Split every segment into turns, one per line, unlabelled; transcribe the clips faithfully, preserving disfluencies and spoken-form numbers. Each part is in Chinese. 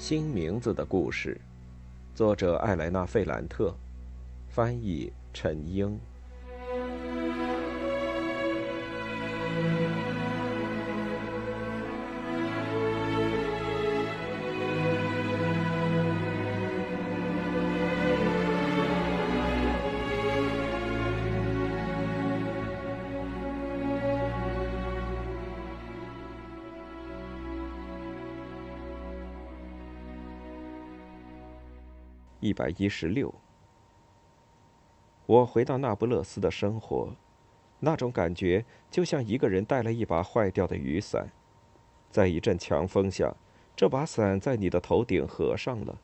新名字的故事，作者艾莱娜·费兰特，翻译陈英。一百一十六。我回到那不勒斯的生活，那种感觉就像一个人带了一把坏掉的雨伞，在一阵强风下，这把伞在你的头顶合上了。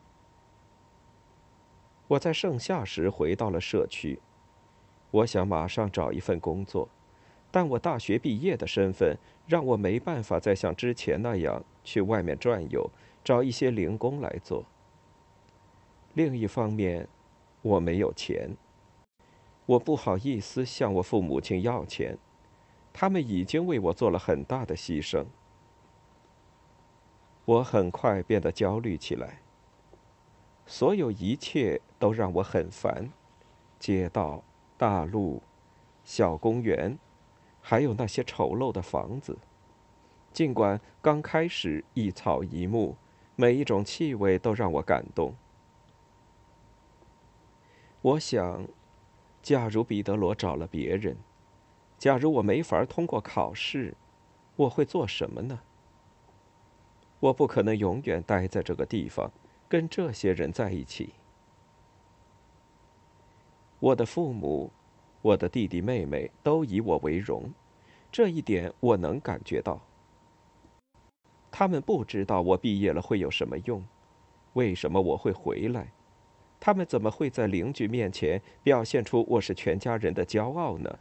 我在盛夏时回到了社区，我想马上找一份工作，但我大学毕业的身份让我没办法再像之前那样去外面转悠，找一些零工来做。另一方面，我没有钱，我不好意思向我父母亲要钱，他们已经为我做了很大的牺牲。我很快变得焦虑起来，所有一切都让我很烦，街道、大路、小公园，还有那些丑陋的房子。尽管刚开始一草一木，每一种气味都让我感动。我想，假如彼得罗找了别人，假如我没法通过考试，我会做什么呢？我不可能永远待在这个地方，跟这些人在一起。我的父母，我的弟弟妹妹都以我为荣，这一点我能感觉到。他们不知道我毕业了会有什么用，为什么我会回来。他们怎么会在邻居面前表现出我是全家人的骄傲呢？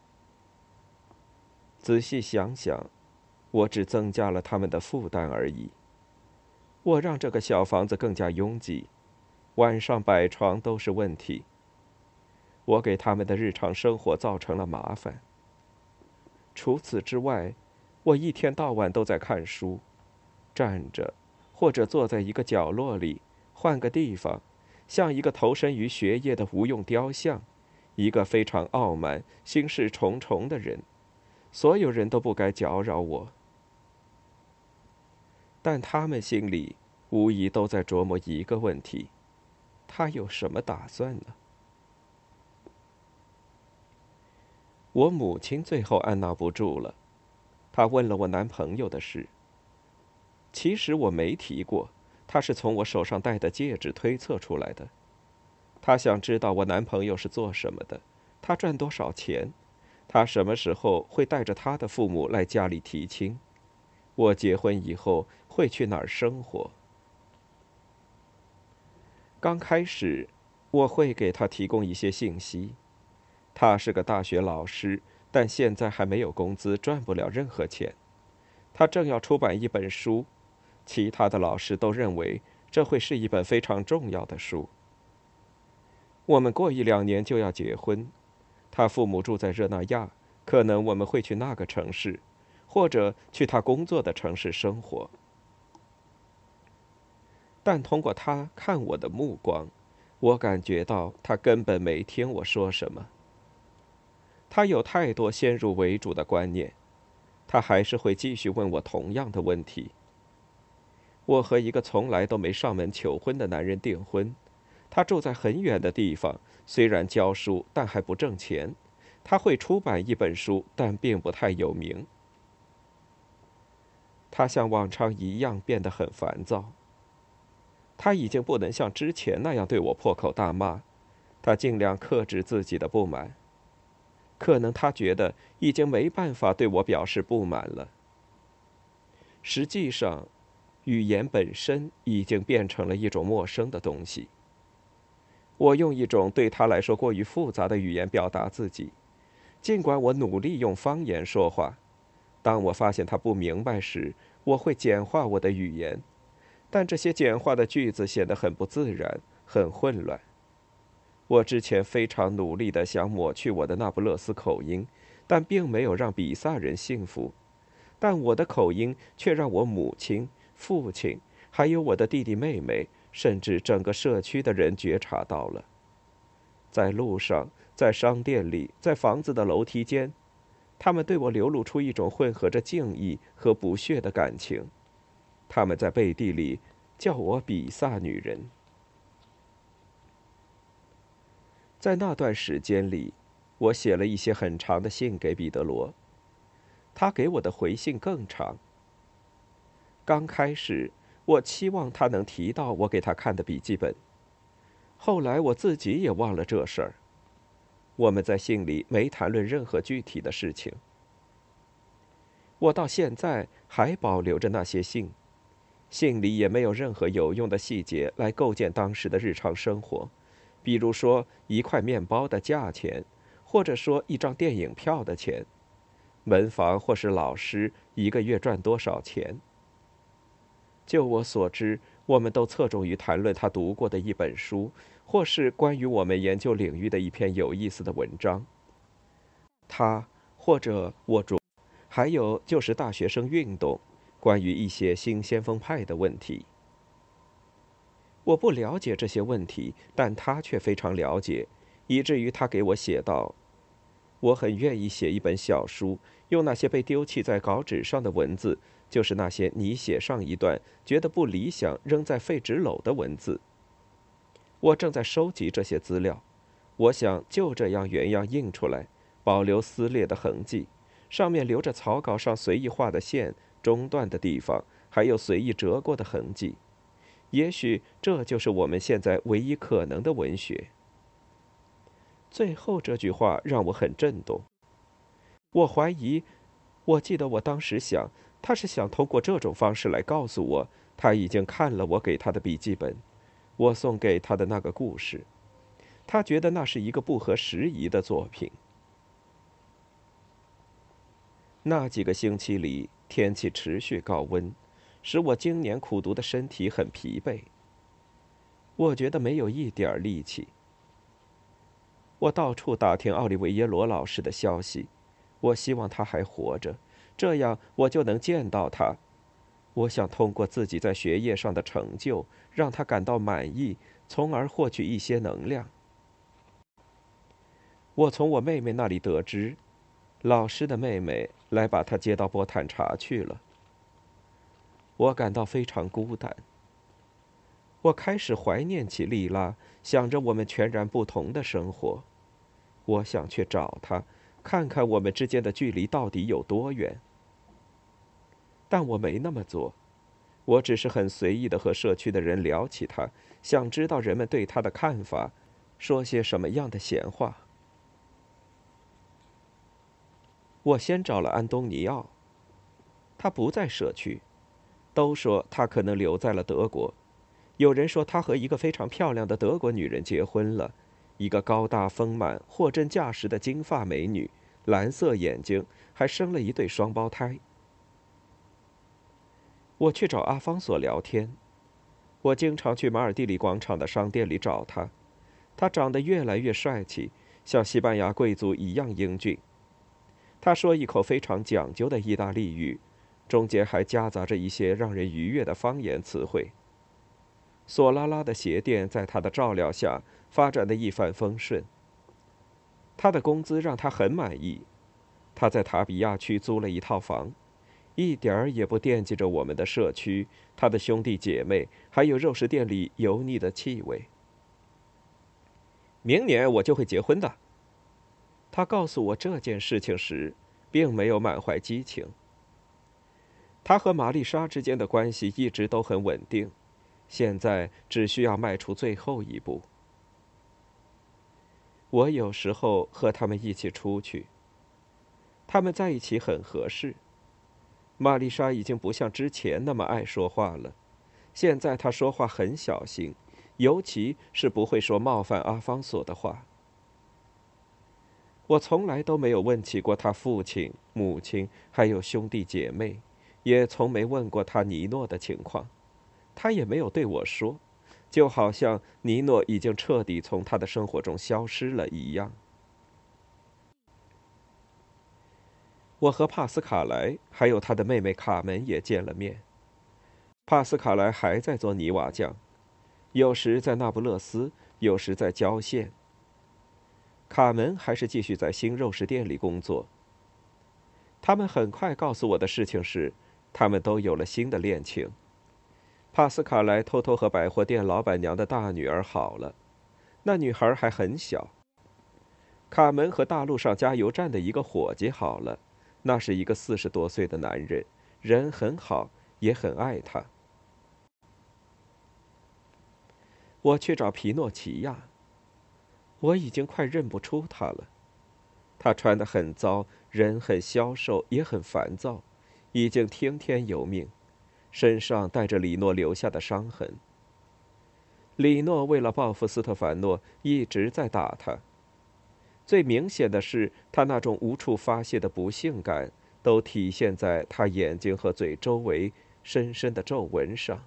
仔细想想，我只增加了他们的负担而已。我让这个小房子更加拥挤，晚上摆床都是问题。我给他们的日常生活造成了麻烦。除此之外，我一天到晚都在看书，站着或者坐在一个角落里，换个地方，像一个投身于学业的无用雕像，一个非常傲慢、心事重重的人。所有人都不该搅扰我，但他们心里无疑都在琢磨一个问题：他有什么打算呢？我母亲最后按捺不住了，她问了我男朋友的事。其实我没提过，她是从我手上戴的戒指推测出来的。她想知道我男朋友是做什么的，他赚多少钱，他什么时候会带着他的父母来家里提亲，我结婚以后会去哪儿生活。刚开始，我会给他提供一些信息。他是个大学老师，但现在还没有工资，赚不了任何钱。他正要出版一本书，其他的老师都认为这会是一本非常重要的书。我们过一两年就要结婚，他父母住在热那亚，可能我们会去那个城市，或者去他工作的城市生活。但通过他看我的目光，我感觉到他根本没听我说什么。他有太多先入为主的观念，他还是会继续问我同样的问题。我和一个从来都没上门求婚的男人订婚，他住在很远的地方，虽然教书，但还不挣钱。他会出版一本书，但并不太有名。他像往常一样变得很烦躁。他已经不能像之前那样对我破口大骂，他尽量克制自己的不满。可能他觉得已经没办法对我表示不满了。实际上，语言本身已经变成了一种陌生的东西。我用一种对他来说过于复杂的语言表达自己，尽管我努力用方言说话。当我发现他不明白时，我会简化我的语言，但这些简化的句子显得很不自然，很混乱。我之前非常努力地想抹去我的那不勒斯口音，但并没有让比萨人信服。但我的口音却让我母亲、父亲， 还有我的弟弟妹妹，甚至整个社区的人觉察到了。在路上，在商店里，在房子的楼梯间，他们对我流露出一种混合着敬意和不屑的感情。他们在背地里叫我比萨女人。在那段时间里，我写了一些很长的信给彼得罗，他给我的回信更长。刚开始，我期望他能提到我给他看的笔记本，后来我自己也忘了这事儿。我们在信里没谈论任何具体的事情。我到现在还保留着那些信，信里也没有任何有用的细节来构建当时的日常生活，比如说一块面包的价钱，或者说一张电影票的钱，门房或是老师一个月赚多少钱。就我所知，我们都侧重于谈论他读过的一本书，或是关于我们研究领域的一篇有意思的文章。他或者我主，还有就是大学生运动，关于一些新先锋派的问题。我不了解这些问题，但他却非常了解，以至于他给我写道：我很愿意写一本小书，用那些被丢弃在稿纸上的文字，就是那些你写上一段觉得不理想扔在废纸篓的文字。我正在收集这些资料，我想就这样原样印出来，保留撕裂的痕迹，上面留着草稿上随意画的线，中断的地方，还有随意折过的痕迹。也许这就是我们现在唯一可能的文学。最后这句话让我很震动。我怀疑，我记得我当时想，他是想通过这种方式来告诉我，他已经看了我给他的笔记本，我送给他的那个故事。他觉得那是一个不合时宜的作品。那几个星期里，天气持续高温，使我经年苦读的身体很疲惫。我觉得没有一点力气。我到处打听奥利维耶罗老师的消息，我希望他还活着，这样我就能见到他。我想通过自己在学业上的成就，让他感到满意，从而获取一些能量。我从我妹妹那里得知，老师的妹妹来把他接到波坦查去了。我感到非常孤单。我开始怀念起莉拉，想着我们全然不同的生活。我想去找她，看看我们之间的距离到底有多远。但我没那么做，我只是很随意地和社区的人聊起她，想知道人们对她的看法，说些什么样的闲话。我先找了安东尼奥，他不在社区，都说他可能留在了德国。有人说他和一个非常漂亮的德国女人结婚了，一个高大丰满、货真价实的金发美女，蓝色眼睛，还生了一对双胞胎。我去找阿方索聊天，我经常去马尔蒂里广场的商店里找他。他长得越来越帅气，像西班牙贵族一样英俊。他说一口非常讲究的意大利语，中间还夹杂着一些让人愉悦的方言词汇。索拉拉的鞋店在他的照料下发展得一帆风顺。他的工资让他很满意。他在塔比亚区租了一套房，一点儿也不惦记着我们的社区、他的兄弟姐妹，还有肉食店里油腻的气味。明年我就会结婚的。他告诉我这件事情时，并没有满怀激情。他和玛丽莎之间的关系一直都很稳定。现在只需要迈出最后一步。我有时候和他们一起出去，他们在一起很合适。玛丽莎已经不像之前那么爱说话了，现在她说话很小心，尤其是不会说冒犯阿方索的话。我从来都没有问起过他父亲、母亲，还有兄弟姐妹，也从没问过他尼诺的情况。他也没有对我说，就好像尼诺已经彻底从他的生活中消失了一样。我和帕斯卡莱还有他的妹妹卡门也见了面。 帕斯卡莱还在做泥瓦匠，有时在那不勒斯，有时在郊县。卡门还是继续在新肉食店里工作。他们很快告诉我的事情是，他们都有了新的恋情。帕斯卡莱偷偷和百货店老板娘的大女儿好了，那女孩还很小。卡门和大路上加油站的一个伙计好了，那是一个四十多岁的男人，人很好，也很爱他。我去找皮诺奇亚，我已经快认不出他了。他穿得很糟，人很消瘦，也很烦躁，已经听天由命，身上带着里诺留下的伤痕。里诺为了报复斯特凡诺，一直在打他。最明显的是，他那种无处发泄的不幸感，都体现在他眼睛和嘴周围深深的皱纹上。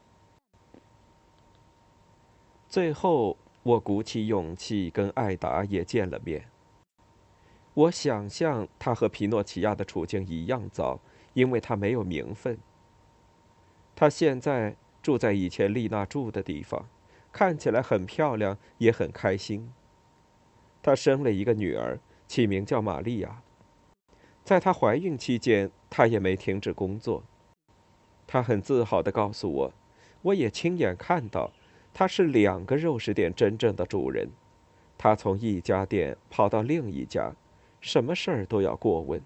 最后，我鼓起勇气跟艾达也见了面。我想象他和皮诺奇亚的处境一样糟，因为他没有名分。他现在住在以前丽娜住的地方，看起来很漂亮，也很开心。他生了一个女儿，起名叫玛利亚。在她怀孕期间，她也没停止工作。她很自豪地告诉我，我也亲眼看到，她是两个肉食店真正的主人。她从一家店跑到另一家，什么事儿都要过问。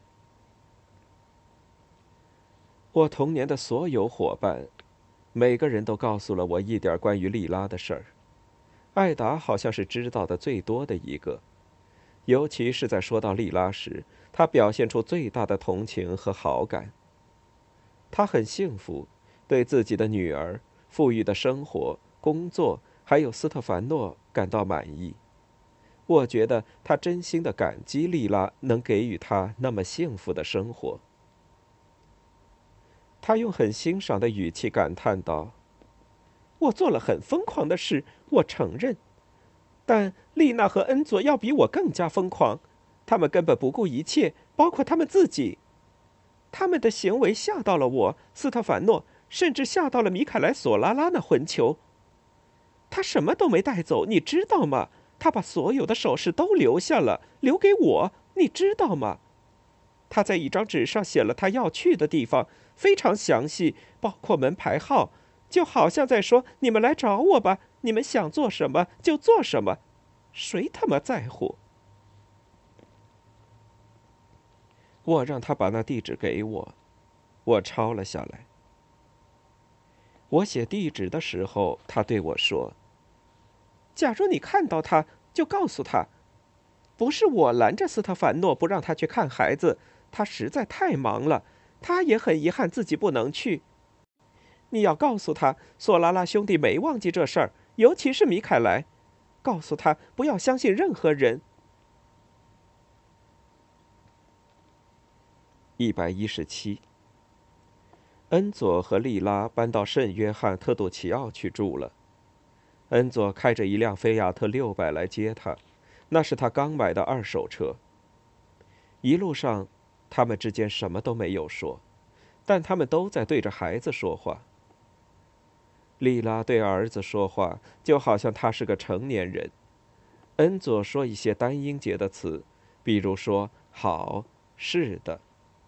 我童年的所有伙伴，每个人都告诉了我一点关于莉拉的事儿。艾达好像是知道的最多的一个，尤其是在说到莉拉时，他表现出最大的同情和好感。他很幸福，对自己的女儿、富裕的生活、工作，还有斯特凡诺感到满意。我觉得他真心的感激莉拉能给予他那么幸福的生活。他用很欣赏的语气感叹道：“我做了很疯狂的事，我承认。但丽娜和恩佐要比我更加疯狂，他们根本不顾一切，包括他们自己。他们的行为吓到了我，斯特凡诺，甚至吓到了米凯莱·索拉拉那混球。他什么都没带走，你知道吗？他把所有的首饰都留下了，留给我，你知道吗？他在一张纸上写了他要去的地方，非常详细，包括门牌号，就好像在说：你们来找我吧，你们想做什么就做什么，谁他妈在乎？”我让他把那地址给我，我抄了下来。我写地址的时候，他对我说：“假如你看到他，就告诉他，不是我拦着斯特凡诺不让他去看孩子，他实在太忙了，他也很遗憾自己不能去。你要告诉他，索拉拉兄弟没忘记这事儿，尤其是米凯莱。告诉他不要相信任何人。”一百一十七。恩佐和莉拉搬到圣约翰特杜奇奥去住了。恩佐开着一辆菲亚特六百来接他，那是他刚买的二手车。一路上，他们之间什么都没有说，但他们都在对着孩子说话。莉拉对儿子说话，就好像他是个成年人。恩佐说一些单音节的词，比如说“好”“是的”。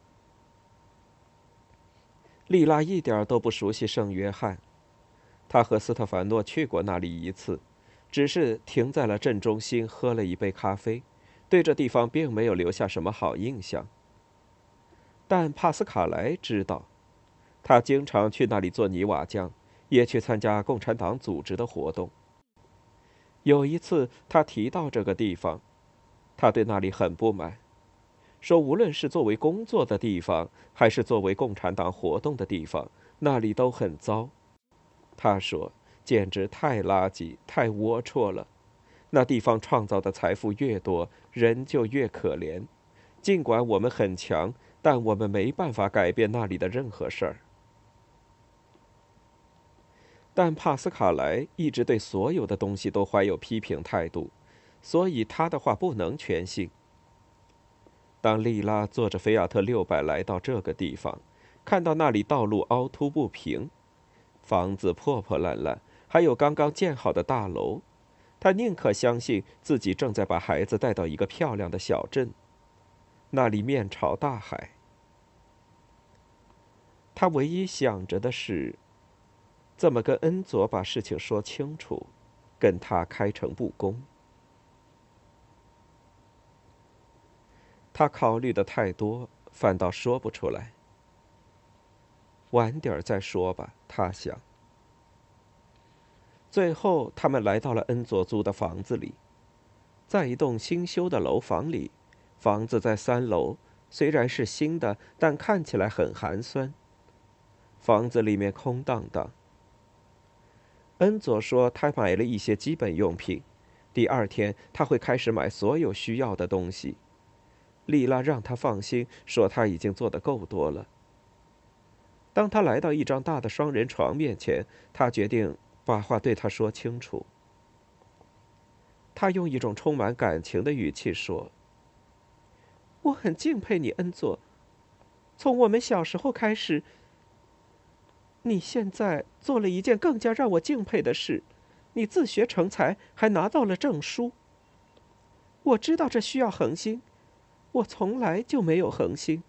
莉拉一点都不熟悉圣约翰，他和斯特凡诺去过那里一次，只是停在了镇中心喝了一杯咖啡，对这地方并没有留下什么好印象。但帕斯卡莱知道，他经常去那里做泥瓦匠，也去参加共产党组织的活动。有一次他提到这个地方，他对那里很不满，说无论是作为工作的地方，还是作为共产党活动的地方，那里都很糟。他说，简直太垃圾，太龌龊了。那地方创造的财富越多，人就越可怜。尽管我们很强，但我们没办法改变那里的任何事儿。但帕斯卡莱一直对所有的东西都怀有批评态度，所以他的话不能全信。当莉拉坐着菲亚特六百来到这个地方， 看到那里道路凹凸不平，房子破破烂烂，还有刚刚建好的大楼，他宁可相信自己正在把孩子带到一个漂亮的小镇，那里面朝大海。他唯一想着的是，怎么跟恩佐把事情说清楚，跟他开诚布公。他考虑的太多，反倒说不出来。晚点再说吧，他想。最后，他们来到了恩佐租的房子里，在一栋新修的楼房里，房子在三楼，虽然是新的，但看起来很寒酸。房子里面空荡荡。恩佐说他买了一些基本用品，第二天他会开始买所有需要的东西。莉拉让他放心，说他已经做得够多了。当他来到一张大的双人床面前，他决定把话对他说清楚。他用一种充满感情的语气说：“我很敬佩你，恩佐。从我们小时候开始，你现在做了一件更加让我敬佩的事，你自学成才，还拿到了证书。我知道这需要恒心，我从来就没有恒心。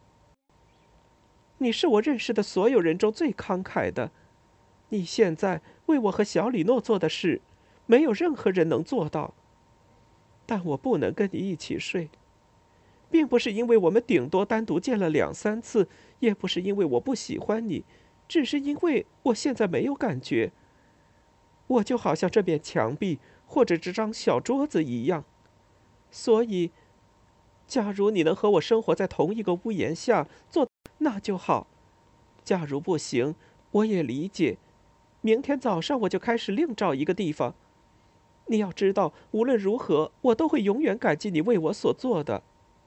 你是我认识的所有人中最慷慨的，你现在为我和小李诺做的事，没有任何人能做到。但我不能跟你一起睡，并不是因为我们顶多单独见了两三次，也不是因为我不喜欢你，只是因为我现在没有感觉。我就好像这面墙壁或者这张小桌子一样，所以，假如你能和我生活在同一个屋檐下，做那就好。假如不行，我也理解。明天早上我就开始另找一个地方。你要知道，无论如何，我都会永远感激你为我所做的。”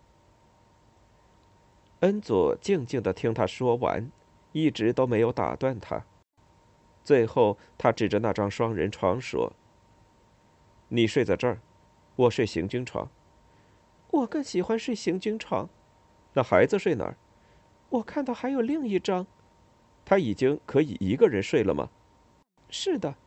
恩佐静静地听他说完，一直都没有打断他。最后，他指着那张双人床说：“你睡在这儿，我睡行军床。”“我更喜欢睡行军床。”“那孩子睡哪儿？”“我看到还有另一张。”“他已经可以一个人睡了吗？”“是的。”“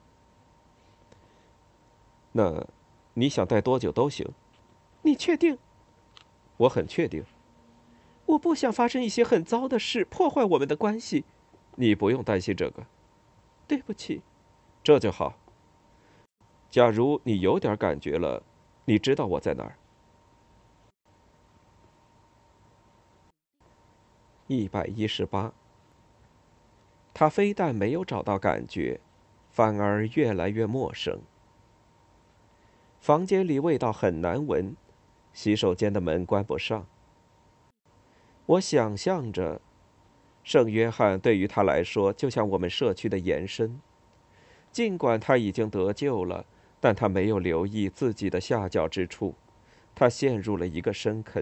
那，你想待多久都行。”“你确定？”“我很确定。”“我不想发生一些很糟的事，破坏我们的关系。”“你不用担心这个。”“对不起。”“这就好。假如你有点感觉了，你知道我在哪儿。”一百一十八。他非但没有找到感觉，反而越来越陌生。房间里味道很难闻，洗手间的门关不上。我想象着，圣约翰对于他来说就像我们社区的延伸。尽管他已经得救了，但他没有留意自己的下脚之处，他陷入了一个深坑。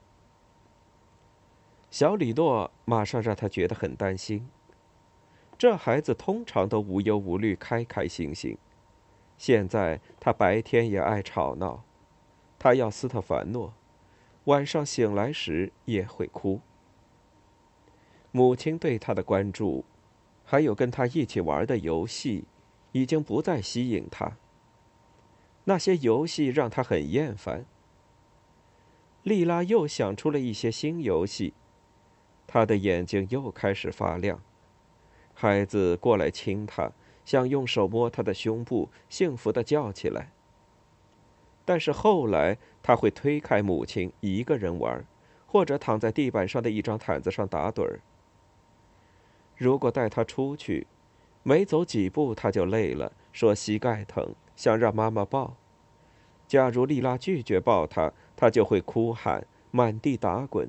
小李诺马上让他觉得很担心。这孩子通常都无忧无虑、开开心心，现在他白天也爱吵闹，他要斯特凡诺，晚上醒来时也会哭。母亲对他的关注，还有跟他一起玩的游戏，已经不再吸引他。那些游戏让他很厌烦。莉拉又想出了一些新游戏，他的眼睛又开始发亮。孩子过来亲他，想用手摸他的胸部，幸福地叫起来。但是后来他会推开母亲，一个人玩，或者躺在地板上的一张毯子上打盹儿。如果带他出去，没走几步他就累了，说膝盖疼，想让妈妈抱。假如莉拉拒绝抱他，他就会哭喊，满地打滚。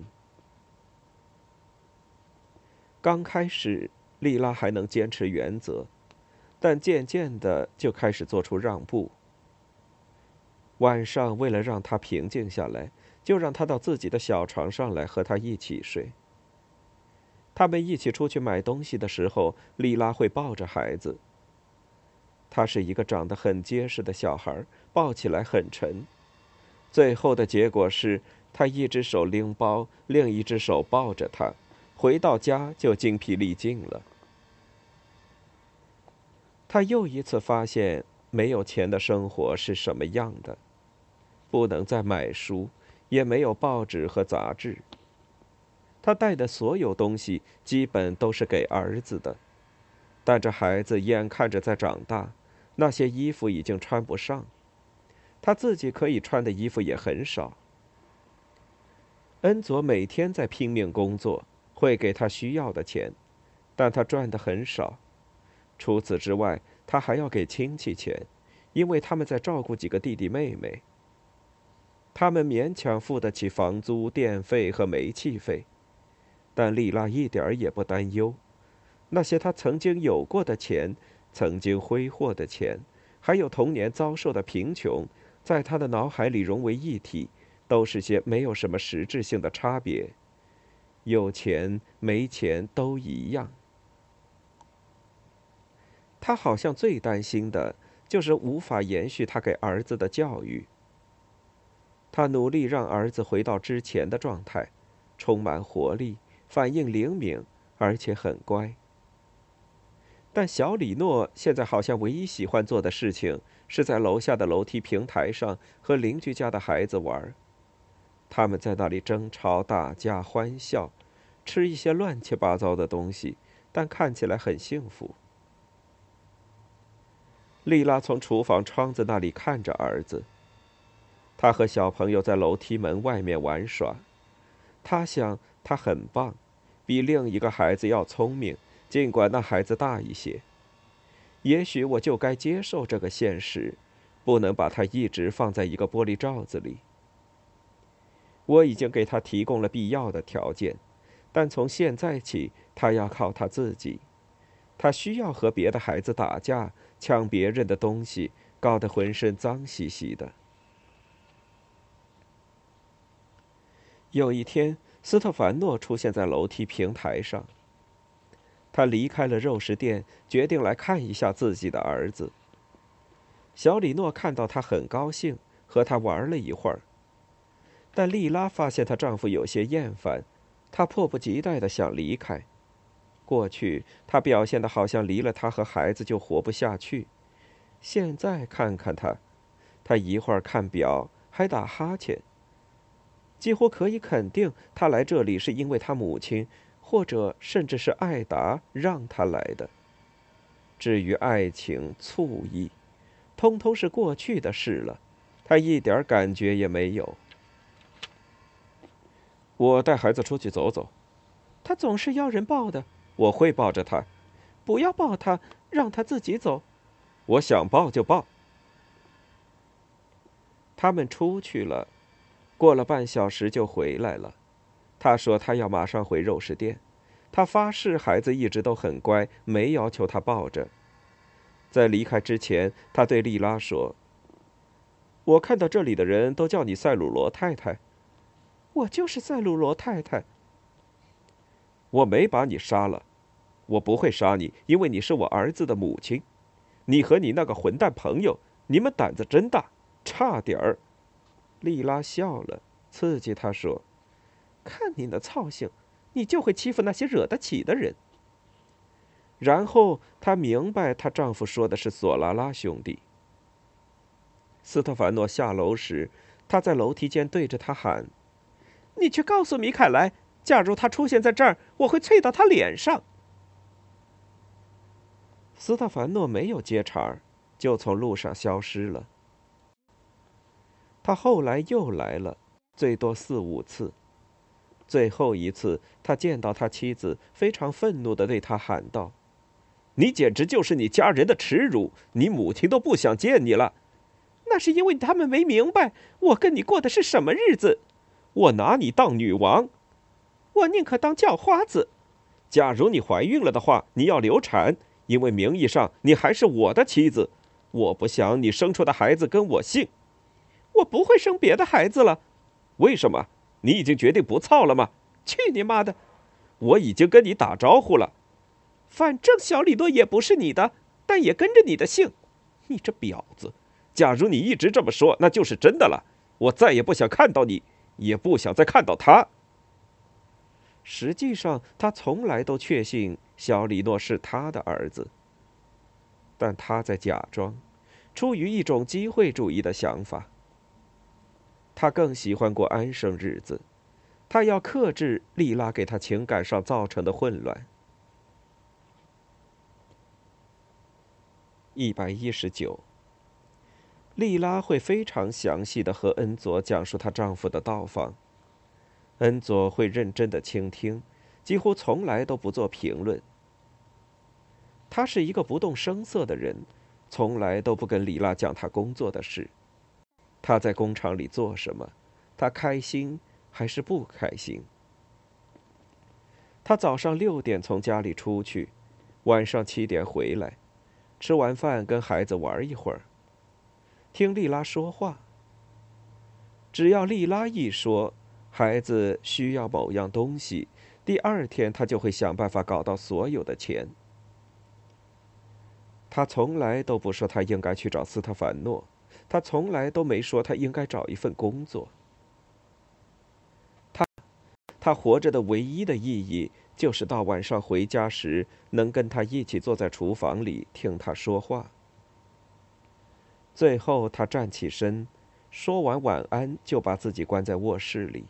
刚开始，莉拉还能坚持原则，但渐渐的就开始做出让步。晚上为了让他平静下来，就让他到自己的小床上来和他一起睡。他们一起出去买东西的时候，莉拉会抱着孩子。他是一个长得很结实的小孩，抱起来很沉。最后的结果是，他一只手拎包，另一只手抱着他， 回到家就精疲力尽了。他又一次发现没有钱的生活是什么样的，不能再买书，也没有报纸和杂志。他带的所有东西基本都是给儿子的，但这孩子眼看着在长大，那些衣服已经穿不上，他自己可以穿的衣服也很少。恩佐每天在拼命工作，会给他需要的钱，但他赚的很少。除此之外，他还要给亲戚钱，因为他们在照顾几个弟弟妹妹。他们勉强付得起房租、电费和煤气费，但莉拉一点儿也不担忧。那些他曾经有过的钱，曾经挥霍的钱，还有童年遭受的贫穷，在他的脑海里融为一体，都是些没有什么实质性的差别。有钱没钱都一样。他好像最担心的就是无法延续他给儿子的教育。他努力让儿子回到之前的状态，充满活力，反应灵敏，而且很乖。但小李诺现在好像唯一喜欢做的事情，是在楼下的楼梯平台上和邻居家的孩子玩。他们在那里争吵、打架、欢笑，吃一些乱七八糟的东西，但看起来很幸福。莉拉从厨房窗子那里看着儿子，他和小朋友在楼梯门外面玩耍。他想他很棒，比另一个孩子要聪明，尽管那孩子大一些。也许我就该接受这个现实，不能把他一直放在一个玻璃罩子里。我已经给他提供了必要的条件，但从现在起，他要靠他自己。他需要和别的孩子打架，抢别人的东西，搞得浑身脏兮兮的。有一天，斯特凡诺出现在楼梯平台上。他离开了肉食店，决定来看一下自己的儿子。小李诺看到他很高兴，和他玩了一会儿。但莉拉发现她丈夫有些厌烦，她迫不及待地想离开。过去，她表现得好像离了他和孩子就活不下去。现在看看他，他一会儿看表，还打哈欠。几乎可以肯定，他来这里是因为他母亲，或者甚至是艾达让他来的。至于爱情、醋意，通通是过去的事了，他一点感觉也没有。我带孩子出去走走。他总是要人抱的。我会抱着他。不要抱他，让他自己走。我想抱就抱。他们出去了，过了半小时就回来了。他说他要马上回肉食店。他发誓孩子一直都很乖，没要求他抱着。在离开之前，他对莉拉说：“我看到这里的人都叫你塞鲁罗太太。”我就是塞鲁罗太太。我没把你杀了，我不会杀你，因为你是我儿子的母亲。你和你那个混蛋朋友，你们胆子真大，差点儿。莉拉笑了，刺激他说：“看你那操性，你就会欺负那些惹得起的人。”然后她明白，她丈夫说的是索拉拉兄弟。斯特凡诺下楼时，他在楼梯间对着他喊：“你去告诉米凯莱，假如他出现在这儿，我会啐到他脸上。”斯特凡诺没有接茬，就从路上消失了。他后来又来了，最多四五次。最后一次，他见到他妻子，非常愤怒地对他喊道：“你简直就是你家人的耻辱！你母亲都不想见你了。”那是因为他们没明白我跟你过的是什么日子。我拿你当女王，我宁可当叫花子。假如你怀孕了的话，你要流产，因为名义上你还是我的妻子。我不想你生出的孩子跟我姓。我不会生别的孩子了。为什么？你已经决定不操了吗？去你妈的！我已经跟你打招呼了。反正小李诺也不是你的，但也跟着你的姓。你这婊子！假如你一直这么说，那就是真的了。我再也不想看到你，也不想再看到他。 实际上，他从来都确信小里诺是他的儿子，但他在假装，出于一种机会主义的想法。他更喜欢过安生日子，他要克制莉拉给他情感上造成的混乱。一百一十九，莉拉会非常详细地和恩佐讲述她丈夫的到访。恩佐会认真地倾听，几乎从来都不做评论。他是一个不动声色的人，从来都不跟莉拉讲他工作的事。他在工厂里做什么？他开心还是不开心？他早上六点从家里出去，晚上七点回来，吃完饭跟孩子玩一会儿，听莉拉说话。只要莉拉一说孩子需要某样东西，第二天他就会想办法搞到所有的钱。他从来都不说他应该去找斯特凡诺，他从来都没说他应该找一份工作。他，他活着的唯一的意义，就是到晚上回家时能跟他一起坐在厨房里听他说话。最后他站起身，说完晚安，就把自己关在卧室里。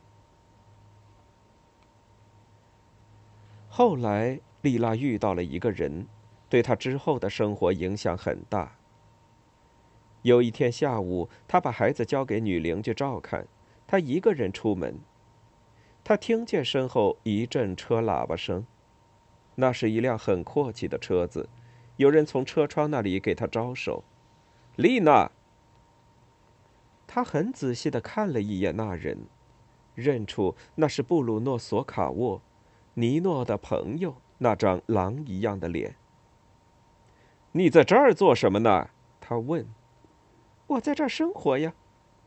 后来，莉拉遇到了一个人，对她之后的生活影响很大。有一天下午，她把孩子交给女邻居照看，她一个人出门。她听见身后一阵车喇叭声，那是一辆很阔气的车子，有人从车窗那里给她招手：“丽娜。”她很仔细地看了一眼那人，认出那是布鲁诺·索卡沃，尼诺的朋友，那张狼一样的脸。“你在这儿做什么呢？”他问。“我在这儿生活呀。”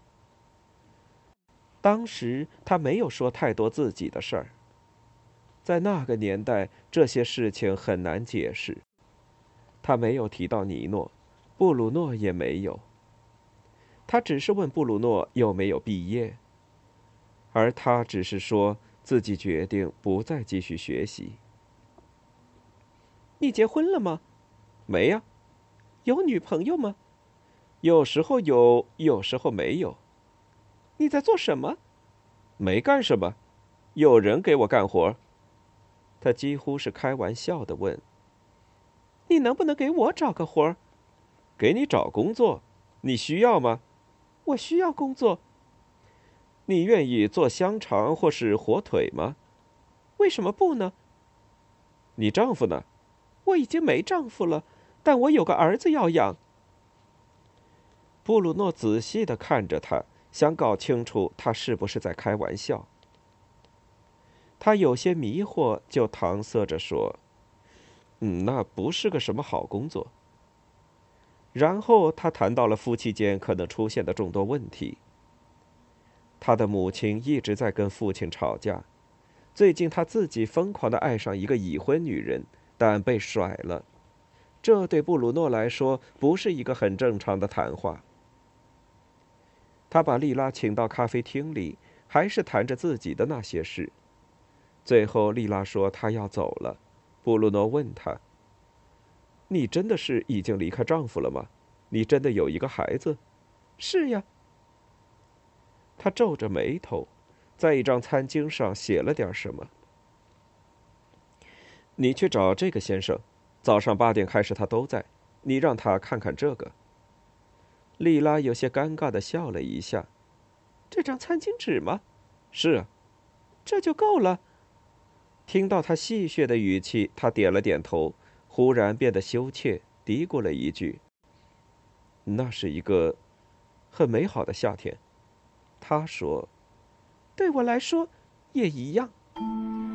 当时他没有说太多自己的事儿，在那个年代，这些事情很难解释。他没有提到尼诺，布鲁诺也没有。他只是问布鲁诺有没有毕业，而他只是说自己决定不再继续学习。“你结婚了吗？”“没呀。”“有女朋友吗？”“有时候有，有时候没有。”“你在做什么？”“没干什么，有人给我干活。”他几乎是开玩笑地问：“你能不能给我找个活？”“给你找工作？你需要吗？”“我需要工作。”“你愿意做香肠或是火腿吗？”“为什么不呢？”“你丈夫呢？”“我已经没丈夫了，但我有个儿子要养。”布鲁诺仔细地看着他，想搞清楚他是不是在开玩笑。他有些迷惑，就搪塞着说：“嗯，那不是个什么好工作。”然后他谈到了夫妻间可能出现的众多问题。他的母亲一直在跟父亲吵架，最近他自己疯狂地爱上一个已婚女人，但被甩了。这对布鲁诺来说不是一个很正常的谈话。他把莉拉请到咖啡厅里，还是谈着自己的那些事。最后，莉拉说她要走了。布鲁诺问她：“你真的是已经离开丈夫了吗？你真的有一个孩子？”“是呀。”他皱着眉头，在一张餐巾上写了点什么。“你去找这个先生，早上八点开始他都在。你让他看看这个。”莉拉有些尴尬地笑了一下。“这张餐巾纸吗？”“是啊。”“这就够了。”听到他戏谑的语气，他点了点头，忽然变得羞怯，嘀咕了一句：“那是一个很美好的夏天。”他说：“对我来说也一样。”